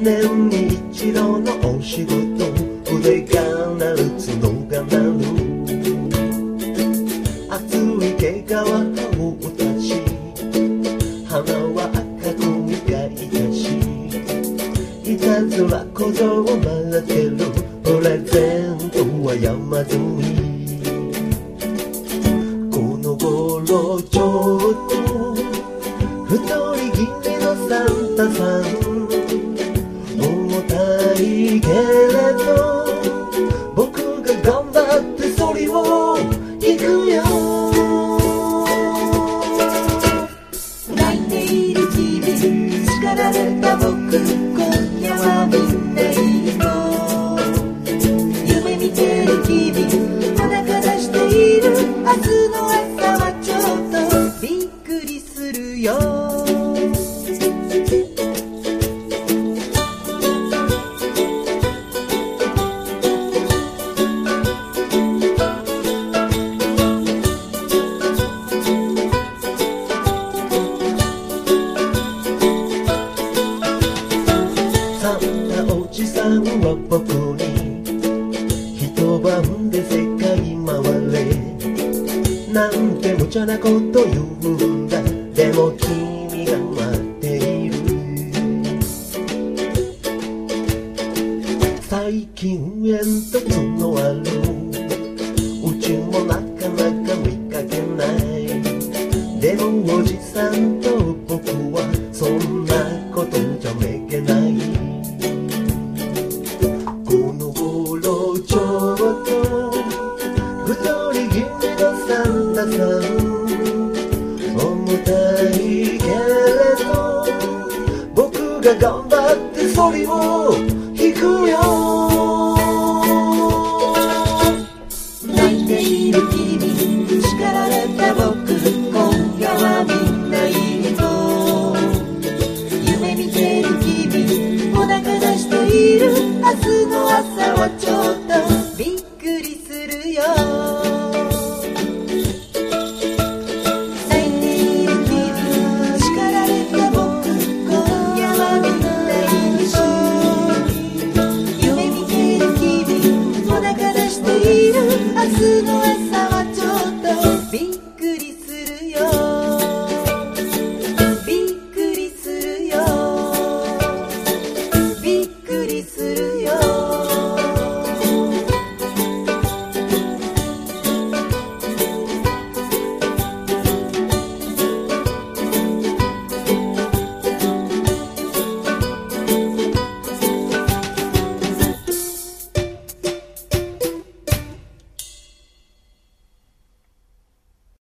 年に一度のお仕事、腕が鳴る角が鳴る、熱い毛皮をたし、花は赤く磨いたし、いたずら小僧を待ってる、プレゼントは山積み。この頃ちょっと太り気味のサンタさん、重たいけれど僕が頑張ってそれを行くよ。 泣いている君、叱られた僕、今夜はみんないいの。夢見てる君、お腹出している、明日の朝はちょっとびっくりするよ。 サンタおじさんは僕に一晩で世界回れなんて無茶なこと言うんだ。でも君が待っている。最近煙突のある宇宙もなかなか見かけない。でもおじさんと僕はそんなことじゃめげない。この頃ちょっと太り気味のサンタさん、重たいけれど僕が頑張ってそれを引くよ。 泣いている君、叱られた僕、今夜はみんないいの。夢見てる君、お腹出している、明日の朝はちょ